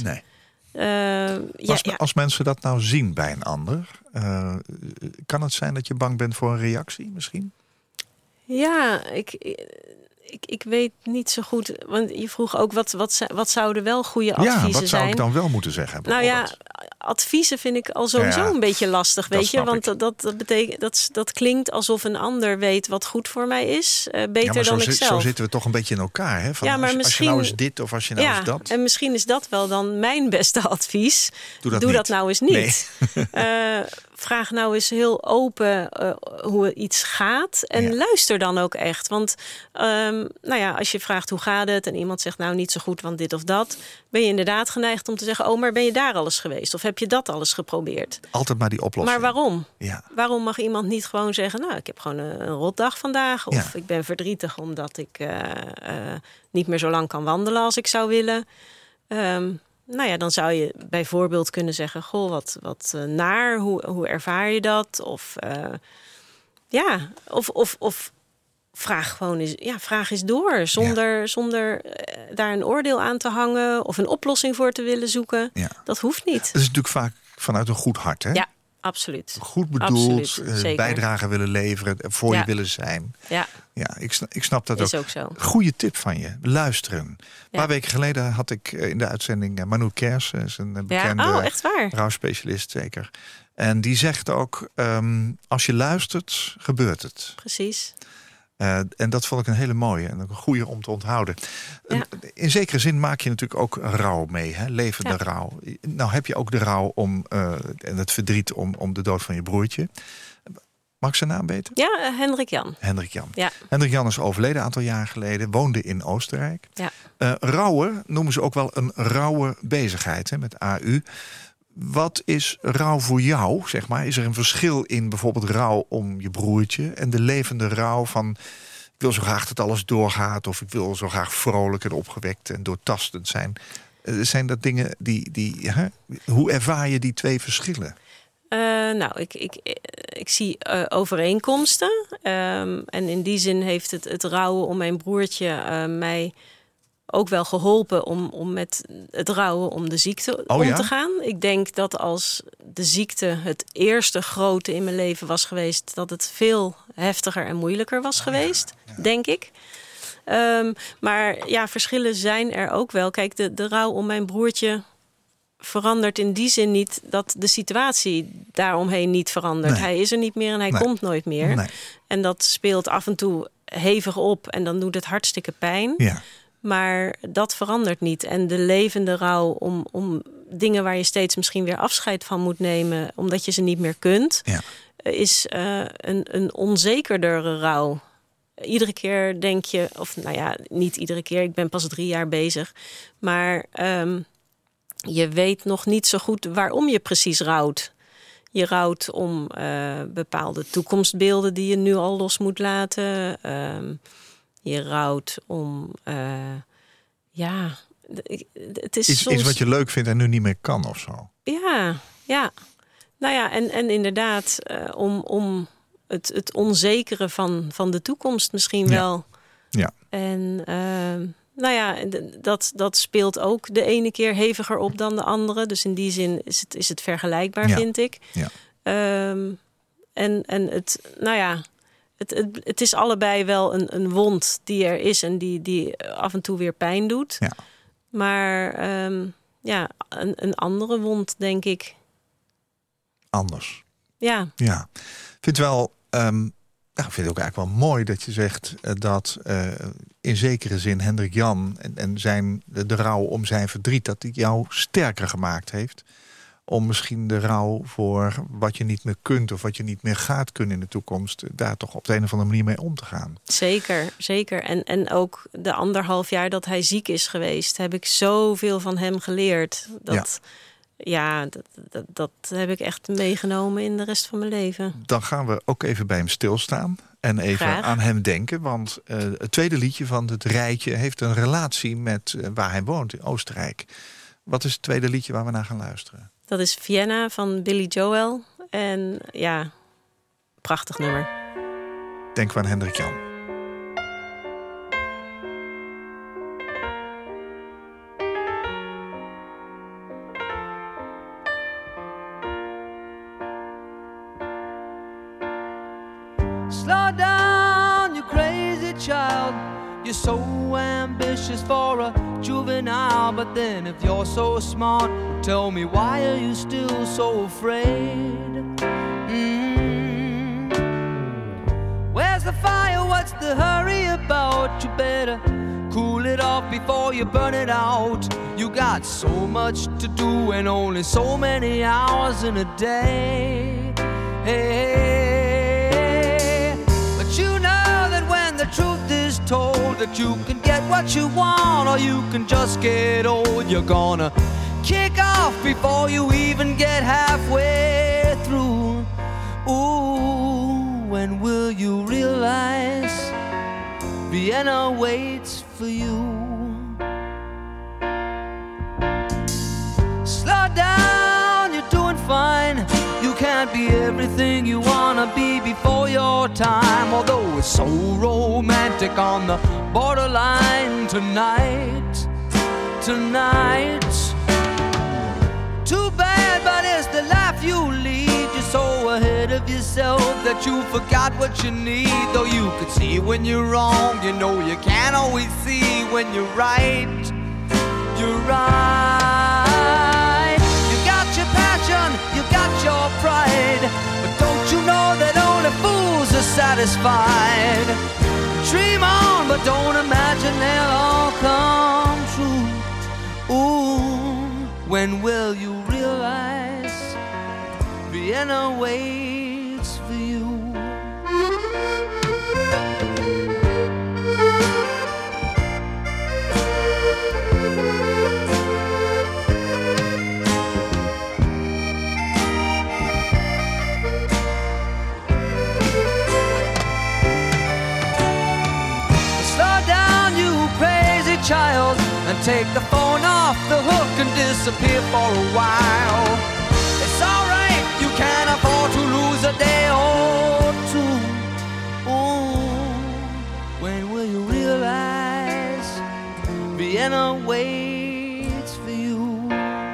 D: Nee. Als mensen dat nou zien bij een ander... kan het zijn dat je bang bent voor een reactie misschien?
E: Ja, ik weet niet zo goed. Want je vroeg ook, wat zouden wel goede adviezen zijn?
D: Ja, wat zou ik dan wel moeten zeggen?
E: Nou ja, adviezen vind ik al sowieso een beetje lastig, weet je. Want dat betekent dat klinkt alsof een ander weet wat goed voor mij is. Beter dan ik zelf.
D: Zo zitten we toch een beetje in elkaar. Hè? Van, als je nou eens dit of als je nou eens dat.
E: En misschien is dat wel dan mijn beste advies. Doe dat nou eens niet. Nee. Vraag nou eens heel open hoe iets gaat. En luister dan ook echt. Want als je vraagt hoe gaat het... en iemand zegt nou niet zo goed, want dit of dat... ben je inderdaad geneigd om te zeggen... maar ben je daar alles geweest? Of heb je dat alles geprobeerd?
D: Altijd maar die oplossing.
E: Maar waarom?
D: Ja.
E: Waarom mag iemand niet gewoon zeggen... ik heb gewoon een rotdag vandaag. Of ik ben verdrietig omdat ik niet meer zo lang kan wandelen als ik zou willen... dan zou je bijvoorbeeld kunnen zeggen... goh, wat naar, hoe ervaar je dat? Of vraag gewoon eens, vraag eens door... zonder daar een oordeel aan te hangen... of een oplossing voor te willen zoeken. Ja. Dat hoeft niet.
D: Dat is natuurlijk vaak vanuit een goed hart, hè?
E: Ja, absoluut.
D: Goed bedoeld,
E: Absoluut, zeker.
D: bijdrage willen leveren, voor je willen zijn.
E: Ja,
D: Ja, ik snap dat
E: is
D: ook.
E: ook zo.
D: Goeie tip van je, luisteren. Een paar weken geleden had ik in de uitzending Manu Kers, is een bekende
E: echt waar?
D: rouwspecialist zeker. En die zegt ook, als je luistert, gebeurt het.
E: Precies.
D: En dat vond ik een hele mooie en ook een goede om te onthouden.
E: Ja.
D: In zekere zin maak je natuurlijk ook rouw mee, hè? Levende rouw. Nou heb je ook de rouw en het verdriet om de dood van je broertje. Mag ik zijn naam weten?
E: Ja, Hendrik Jan.
D: Hendrik Jan.
E: Ja.
D: Hendrik Jan is overleden een aantal jaar geleden, woonde in Oostenrijk.
E: Ja.
D: Rouwen noemen ze ook wel een rauwe bezigheid, hè, met AU. Wat is rouw voor jou, zeg maar? Is er een verschil in bijvoorbeeld rouw om je broertje en de levende rouw van ik wil zo graag dat alles doorgaat of ik wil zo graag vrolijk en opgewekt en doortastend zijn? Zijn dat dingen hoe ervaar je die twee verschillen?
E: Ik zie overeenkomsten. En in die zin heeft het rouwen om mijn broertje mij ook wel geholpen om met het rouwen om de ziekte te gaan. Ik denk dat als de ziekte het eerste grote in mijn leven was geweest, dat het veel heftiger en moeilijker was geweest, denk ik. Maar ja, verschillen zijn er ook wel. Kijk, de rouw om mijn broertje verandert in die zin niet dat de situatie daaromheen niet verandert. Nee. Hij is er niet meer en hij komt nooit meer. Nee. En dat speelt af en toe hevig op en dan doet het hartstikke pijn. Ja. Maar dat verandert niet. En de levende rouw om dingen waar je steeds misschien weer afscheid van moet nemen, omdat je ze niet meer kunt, is een onzekerdere rouw. Iedere keer denk je, of nou ja, niet iedere keer, ik ben pas 3 jaar bezig, maar je weet nog niet zo goed waarom je precies rouwt. Je rouwt om bepaalde toekomstbeelden die je nu al los moet laten. Je rouwt om, het is soms
D: iets wat je leuk vindt en nu niet meer kan of zo.
E: Ja. Nou ja, en inderdaad om het onzekere van de toekomst misschien wel. Ja. En dat speelt ook de ene keer heviger op dan de andere. Dus in die zin is het vergelijkbaar, vind ik. Ja. Het is allebei wel een wond die er is en die af en toe weer pijn doet. Ja. Maar een andere wond, denk ik.
D: Anders.
E: Ja.
D: Ik vind wel, ik vind het ook eigenlijk wel mooi dat je zegt dat in zekere zin Hendrik Jan en de rouw om zijn verdriet, dat die jou sterker gemaakt heeft. Om misschien de rouw voor wat je niet meer kunt of wat je niet meer gaat kunnen in de toekomst, daar toch op de een of andere manier mee om te gaan. Zeker. En ook de 1,5 jaar dat hij ziek is geweest, heb ik zoveel van hem geleerd. Dat heb ik echt meegenomen in de rest van mijn leven. Dan gaan we ook even bij hem stilstaan en even aan hem denken. Want het tweede liedje van het rijtje heeft een relatie met waar hij woont, in Oostenrijk. Wat is het tweede liedje waar we naar gaan luisteren? Dat is Vienna van Billy Joel. En ja, prachtig nummer. Denk aan Hendrik Jan.
F: Slow down, you crazy child. You're so ambitious for a juvenile, but then if you're so smart, tell me, why are you still so afraid? Where's the fire? What's the hurry about? You better cool it off before you burn it out. You got so much to do and only so many hours in a day. Hey, but you know that when the truth is told, that you can get what you want or you can just get old. You're gonna kick off before you even get halfway through. Ooh, when will you realize Vienna waits for you? Slow down, you're doing fine. You can't be everything you wanna be before your time. Although it's so romantic on the borderline tonight. Too bad, but it's the life you lead. You're so yourself that you forgot what you need. Though you could see when you're wrong, you know you can't always see when you're right. You're right. You got your passion, you got your pride, but don't you know that only fools are satisfied? Dream on, but don't imagine they'll all come true. Ooh, when will you realize Vienna waits for you? Child, and take the phone off the hook and disappear for a while. It's alright, you can't afford to lose a day or two. Ooh, when will you realize Vienna waits for you?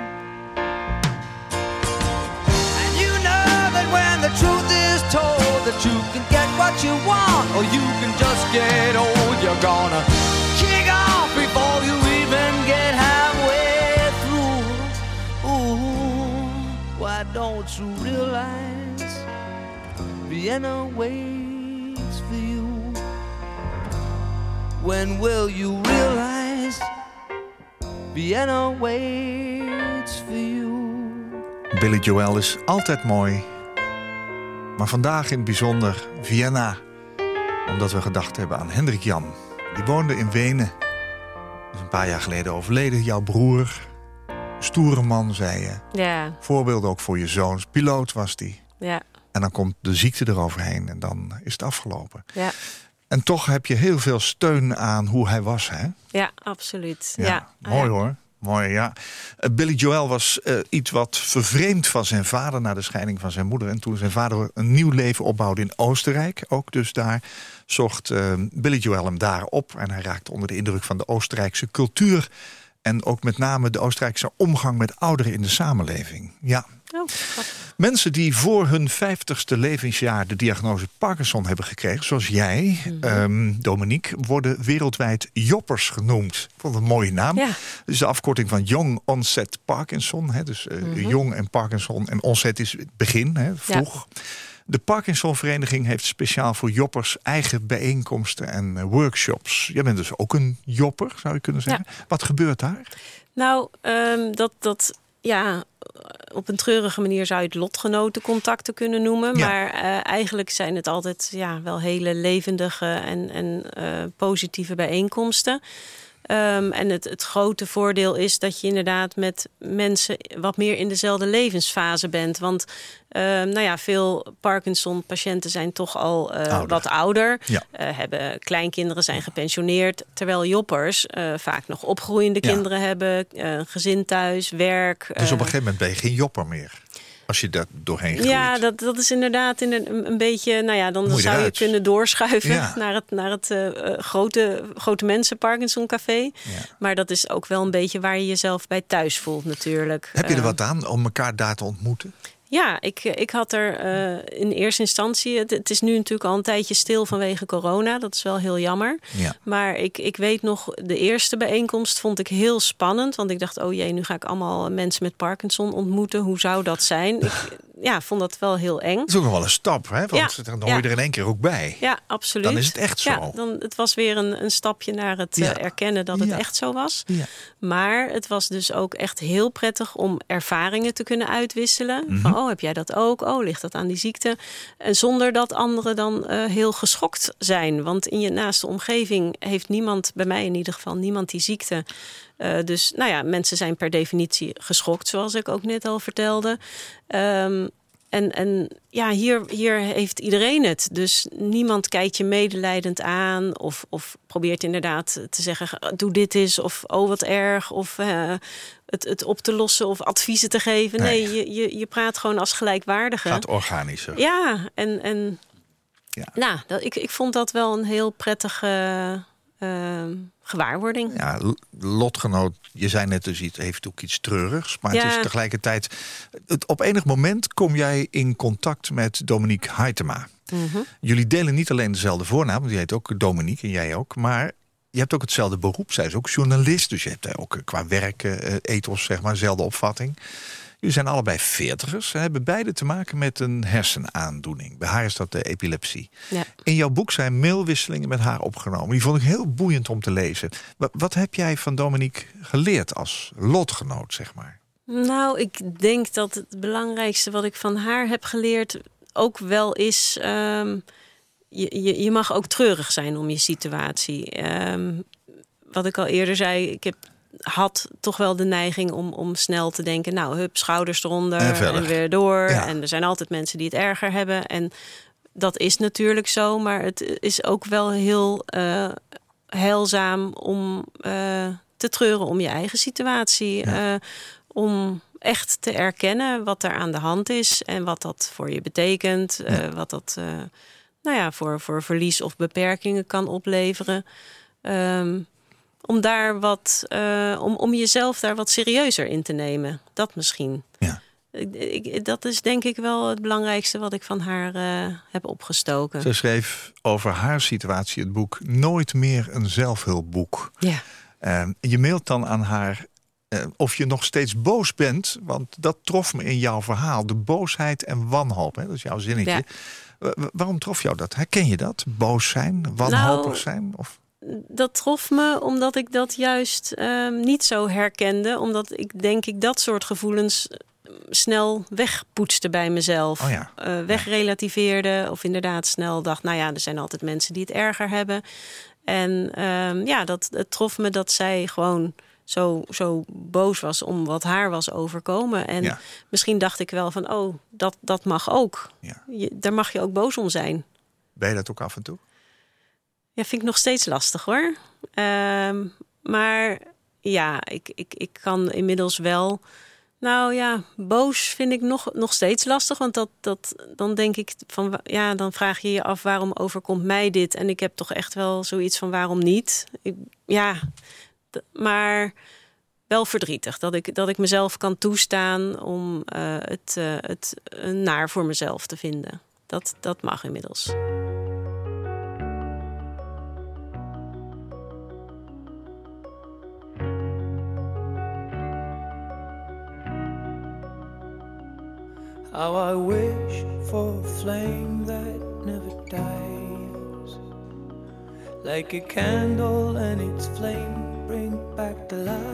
F: And you know that when the truth is told, that you can get what you want, or you can just get old. You're gonna kick off before you even get halfway through. Ooh, why don't you realize Vienna waits for you? When will you realize Vienna waits for you?
D: Billy Joel is altijd mooi. Maar vandaag in het bijzonder Vienna. Omdat we gedacht hebben aan Hendrik Jan. Die woonde in Wenen. Is een paar jaar geleden overleden. Jouw broer. Stoere man, zei je.
E: Ja.
D: Voorbeeld ook voor je zoons. Piloot was die.
E: Ja.
D: En dan komt de ziekte eroverheen. En dan is het afgelopen.
E: Ja.
D: En toch heb je heel veel steun aan hoe hij was, hè?
E: Ja, absoluut.
D: Ja,
E: Ja.
D: mooi hoor. Mooi, ja. Billy Joel was iets wat vervreemd van zijn vader na de scheiding van zijn moeder. En toen zijn vader een nieuw leven opbouwde in Oostenrijk, ook dus daar, zocht Billy Joel hem daar op. En hij raakte onder de indruk van de Oostenrijkse cultuur. En ook met name de Oostenrijkse omgang met ouderen in de samenleving. Ja.
E: Oh,
D: Mensen die voor hun 50ste levensjaar de diagnose Parkinson hebben gekregen, zoals jij, Dominique, worden wereldwijd joppers genoemd. Ik vond het een mooie naam.
E: Ja.
D: Dat is de afkorting van Young Onset Parkinson. Hè, dus jong en Parkinson. En onset is het begin, hè, vroeg. Ja. De Parkinson-vereniging heeft speciaal voor joppers eigen bijeenkomsten en workshops. Jij bent dus ook een jopper, zou je kunnen zeggen. Ja. Wat gebeurt daar?
E: Nou, op een treurige manier zou je het lotgenotencontacten kunnen noemen. Ja. Maar eigenlijk zijn het altijd wel hele levendige en positieve bijeenkomsten. En het grote voordeel is dat je inderdaad met mensen wat meer in dezelfde levensfase bent. Want veel Parkinson-patiënten zijn toch al wat ouder. Ja. Hebben kleinkinderen, zijn gepensioneerd. Terwijl joppers vaak nog opgroeiende kinderen hebben. Gezin thuis, werk.
D: Dus op een gegeven moment ben je geen jopper meer. Als je daar doorheen groeit.
E: Ja, dat is inderdaad een beetje. Dan zou je kunnen doorschuiven naar het grote mensen Parkinson Café. Ja. Maar dat is ook wel een beetje waar je jezelf bij thuis voelt natuurlijk.
D: Heb je er wat aan om elkaar daar te ontmoeten?
E: Ja, ik had er in eerste instantie. Het is nu natuurlijk al een tijdje stil vanwege corona. Dat is wel heel jammer. Ja. Maar ik weet nog, de eerste bijeenkomst vond ik heel spannend. Want ik dacht, oh jee, nu ga ik allemaal mensen met Parkinson ontmoeten. Hoe zou dat zijn? Ik vond dat wel heel eng.
D: Dat is ook nog wel een stap, hè? Want dan hoor je er in één keer ook bij.
E: Ja, absoluut.
D: Dan is het echt zo.
E: Ja, het was weer een stapje naar het erkennen dat het echt zo was. Ja. Maar het was dus ook echt heel prettig om ervaringen te kunnen uitwisselen. Mm-hmm. Van, heb jij dat ook? Ligt dat aan die ziekte? En zonder dat anderen dan heel geschokt zijn. Want in je naaste omgeving heeft niemand, bij mij in ieder geval, niemand die ziekte. Dus mensen zijn per definitie geschokt, zoals ik ook net al vertelde. Hier heeft iedereen het. Dus niemand kijkt je medelijdend aan of probeert inderdaad te zeggen, doe dit eens, of wat erg, of het op te lossen of adviezen te geven. Nee, je praat gewoon als gelijkwaardige.
D: Gaat organischer.
E: Ja, ik vond dat wel een heel prettige gewaarwording.
D: Ja, lotgenoot, je zei net dus iets, heeft ook iets treurigs. Maar het is tegelijkertijd... Op enig moment kom jij in contact met Dominique Huytema. Mm-hmm. Jullie delen niet alleen dezelfde voornaam, want die heet ook Dominique en jij ook. Maar je hebt ook hetzelfde beroep. Zij is ook journalist, dus je hebt ook qua werk, ethos, zeg maar, dezelfde opvatting. Jullie zijn allebei 40ers en hebben beide te maken met een hersenaandoening. Bij haar is dat de epilepsie. Ja. In jouw boek zijn mailwisselingen met haar opgenomen. Die vond ik heel boeiend om te lezen. Wat heb jij van Dominique geleerd als lotgenoot, zeg maar?
E: Nou, ik denk dat het belangrijkste wat ik van haar heb geleerd ook wel is... Je mag ook treurig zijn om je situatie. Wat ik al eerder zei, had toch wel de neiging om snel te denken... nou, hup, schouders eronder en weer door. Ja. En er zijn altijd mensen die het erger hebben. En dat is natuurlijk zo, maar het is ook wel heel heilzaam om te treuren om je eigen situatie. Ja. Om echt te erkennen wat er aan de hand is en wat dat voor je betekent. Wat dat voor verlies of beperkingen kan opleveren. Om daar om jezelf daar wat serieuzer in te nemen. Dat misschien. Ja. Dat is denk ik wel het belangrijkste wat ik van haar heb opgestoken.
D: Ze schreef over haar situatie het boek Nooit meer een zelfhulpboek. Ja. Je mailt dan aan haar of je nog steeds boos bent. Want dat trof me in jouw verhaal. De boosheid en wanhoop. Hè? Dat is jouw zinnetje. Ja. Waarom trof jou dat? Herken je dat? Boos zijn? Wanhopig zijn? Of...
E: Dat trof me omdat ik dat juist niet zo herkende. Omdat ik dat soort gevoelens snel wegpoetste bij mezelf. Oh ja. Wegrelativeerde of inderdaad snel dacht... nou ja, er zijn altijd mensen die het erger hebben. En het trof me dat zij gewoon zo boos was om wat haar was overkomen. En misschien dacht ik wel van, dat mag ook. Ja. Daar mag je ook boos om zijn.
D: Ben je dat ook af en toe?
E: Ja, vind ik nog steeds lastig hoor. Maar ja, ik kan inmiddels wel... Nou ja, boos vind ik nog steeds lastig. Want dan denk ik van... Ja, dan vraag je je af waarom overkomt mij dit? En ik heb toch echt wel zoiets van waarom niet? Maar wel verdrietig. Dat ik mezelf kan toestaan om het naar voor mezelf te vinden. Dat mag inmiddels.
F: How I wish for a flame that never dies, like a candle and its flame bring back the light.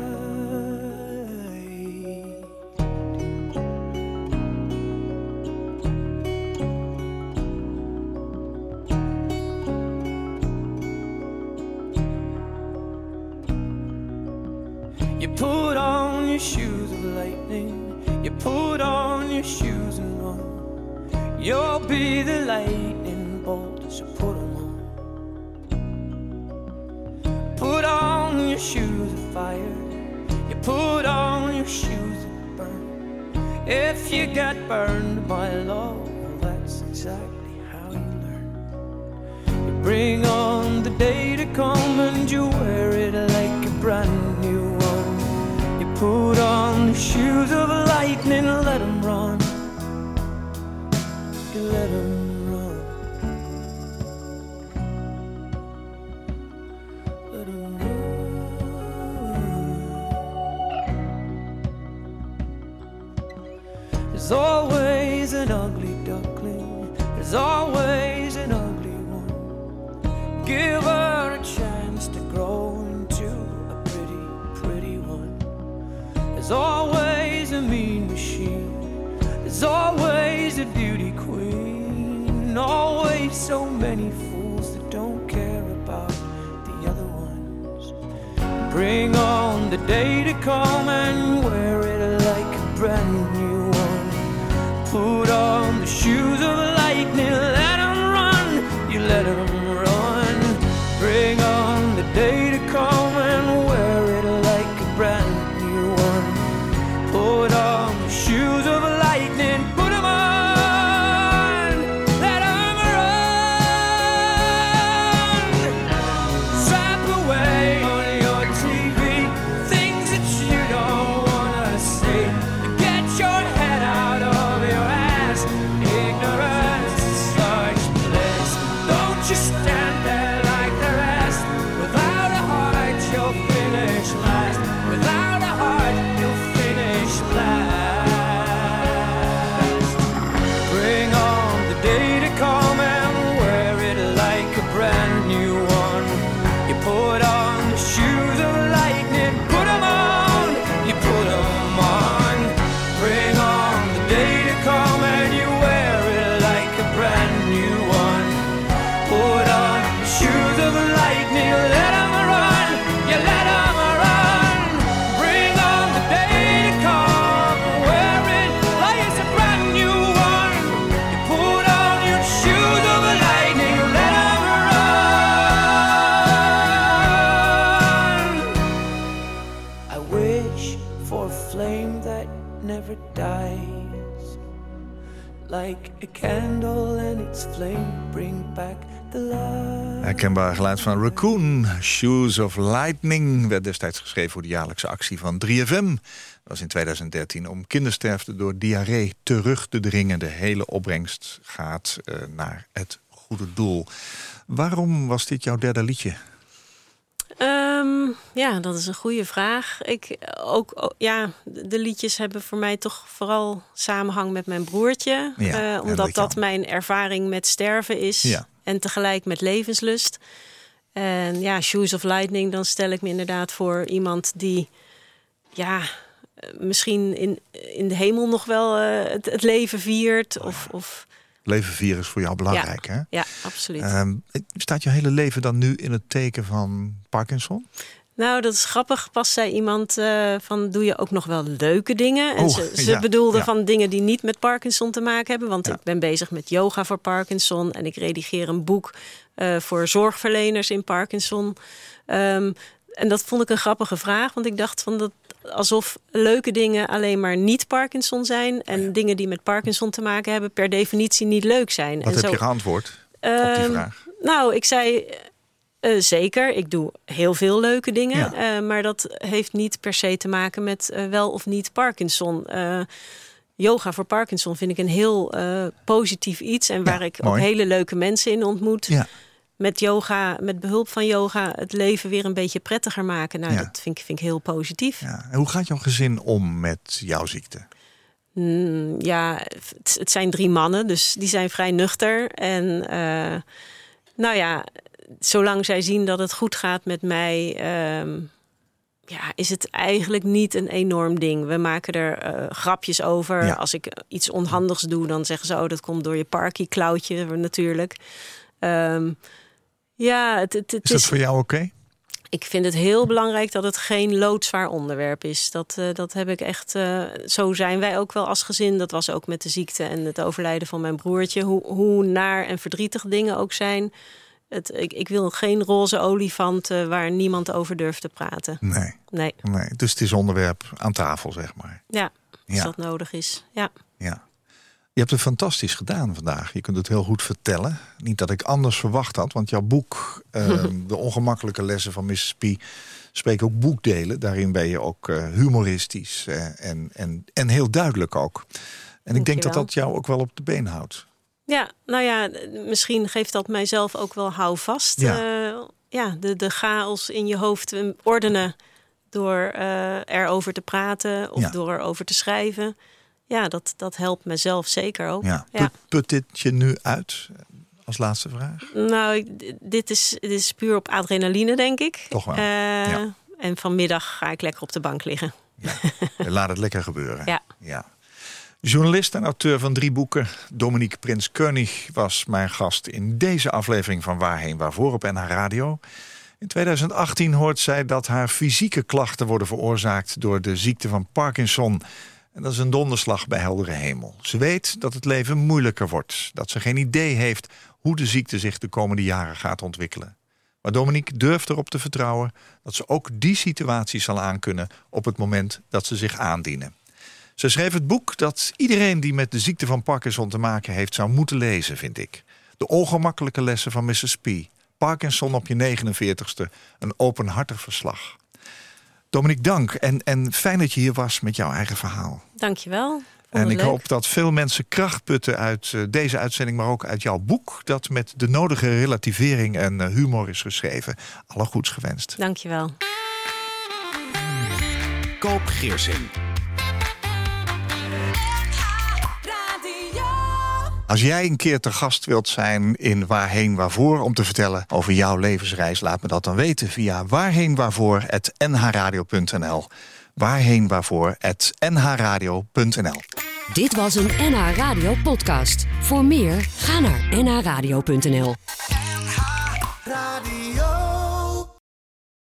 F: You put on your shoes of lightning, you put on your shoes and run. You'll be the lightning bolt, so put them on. Put on your shoes of fire, you put on your shoes that burn. If you get burned by love, well, that's exactly how you learn. You bring on the day to come and you wear it like a brand new one. You put on the shoes of lightning, let them run. You let them run. Let them run. There's always an ugly duckling, there's always an ugly one. Give her a chance to grow into a pretty, pretty one. There's always a mean machine, there's always a beauty queen, always so many fools that don't care about the other ones. Bring on the day to come and wear it like a brand new one. Put on the shoes of lightning, let them run, you let them run. Bring on the day to come and wear it like a brand new one. Put on the shoes of lightning, put them on, let them run. Strap a like a candle and its flame bring back the light.
D: Herkenbaar geluid van Raccoon, Shoes of Lightning, werd destijds geschreven voor de jaarlijkse actie van 3FM. Dat was in 2013 om kindersterfte door diarree terug te dringen. De hele opbrengst gaat naar het goede doel. Waarom was dit jouw derde liedje?
E: Ja, dat is een goede vraag. De liedjes hebben voor mij toch vooral samenhang met mijn broertje.
D: Ja,
E: omdat dat mijn ervaring met sterven is. Ja. En tegelijk met levenslust. En ja, Shoes of Lightning, dan stel ik me inderdaad voor iemand die... misschien in de hemel nog wel het leven viert. Of
D: Leven vieren is voor jou belangrijk, hè?
E: Ja, absoluut.
D: Staat je hele leven dan nu in het teken van Parkinson?
E: Nou, dat is grappig. Pas zei iemand van, doe je ook nog wel leuke dingen? En ze bedoelde van dingen die niet met Parkinson te maken hebben. Want ik ben bezig met yoga voor Parkinson. En ik redigeer een boek voor zorgverleners in Parkinson. En dat vond ik een grappige vraag. Want ik dacht van dat alsof leuke dingen alleen maar niet Parkinson zijn. En dingen die met Parkinson te maken hebben per definitie niet leuk zijn.
D: Wat heb je geantwoord op die vraag?
E: Nou, ik zei... zeker, ik doe heel veel leuke dingen. Ja. Maar dat heeft niet per se te maken met wel of niet Parkinson. Yoga voor Parkinson vind ik een heel positief iets. En waar ik ook hele leuke mensen in ontmoet. Ja. Met yoga, met behulp van yoga, het leven weer een beetje prettiger maken. Nou, dat vind ik heel positief. Ja.
D: En hoe gaat jouw gezin om met jouw ziekte?
E: Het zijn 3 mannen, dus die zijn vrij nuchter. En zolang zij zien dat het goed gaat met mij, is het eigenlijk niet een enorm ding. We maken er grapjes over. Ja. Als ik iets onhandigs doe, dan zeggen ze... dat komt door je Parkie-klauwtje natuurlijk.
D: Is dat voor jou oké?
E: Ik vind het heel belangrijk dat het geen loodzwaar onderwerp is. Dat heb ik echt... zo zijn wij ook wel als gezin. Dat was ook met de ziekte en het overlijden van mijn broertje. Hoe naar en verdrietig dingen ook zijn... Ik wil geen roze olifant waar niemand over durft te praten. Nee.
D: Dus het is onderwerp aan tafel, zeg maar.
E: Ja, als dat nodig is. Ja.
D: Je hebt het fantastisch gedaan vandaag. Je kunt het heel goed vertellen. Niet dat ik anders verwacht had, want jouw boek... De ongemakkelijke lessen van Mrs. P... spreekt ook boekdelen. Daarin ben je ook humoristisch en heel duidelijk ook. En ik denk dat dat jou ook wel op de been houdt. Ja,
E: misschien geeft dat mijzelf ook wel houvast. De chaos in je hoofd ordenen door erover te praten of door erover te schrijven. Ja, dat helpt mezelf zeker ook. Ja.
D: Put dit je nu uit als laatste vraag?
E: Nou, dit is puur op adrenaline, denk ik.
D: Toch wel.
E: En vanmiddag ga ik lekker op de bank liggen.
D: Ja. Laat het lekker gebeuren. Ja. Journalist en auteur van 3 boeken, Dominique Prins-Koenig... was mijn gast in deze aflevering van Waarheen Waarvoor op NH Radio. In 2018 hoort zij dat haar fysieke klachten worden veroorzaakt... door de ziekte van Parkinson. En dat is een donderslag bij heldere hemel. Ze weet dat het leven moeilijker wordt. Dat ze geen idee heeft hoe de ziekte zich de komende jaren gaat ontwikkelen. Maar Dominique durft erop te vertrouwen... dat ze ook die situatie zal aankunnen op het moment dat ze zich aandienen. Ze schreef het boek dat iedereen die met de ziekte van Parkinson te maken heeft... zou moeten lezen, vind ik. De ongemakkelijke lessen van Mrs. P. Parkinson op je 49ste. Een openhartig verslag. Dominique, dank. En fijn dat je hier was met jouw eigen verhaal.
E: Dank je wel.
D: En ik hoop dat veel mensen kracht putten uit deze uitzending... maar ook uit jouw boek, dat met de nodige relativering en humor is geschreven. Alle goeds gewenst.
E: Dank je wel.
B: Koop Geersing. Als jij een keer te gast wilt zijn in Waarheen Waarvoor... om te vertellen over jouw levensreis, laat me dat dan weten... via waarheenwaarvoor@nhradio.nl. Waarheenwaarvoor@nhradio.nl.
A: Dit was een NH Radio podcast. Voor meer, ga naar nhradio.nl.
C: NH Radio.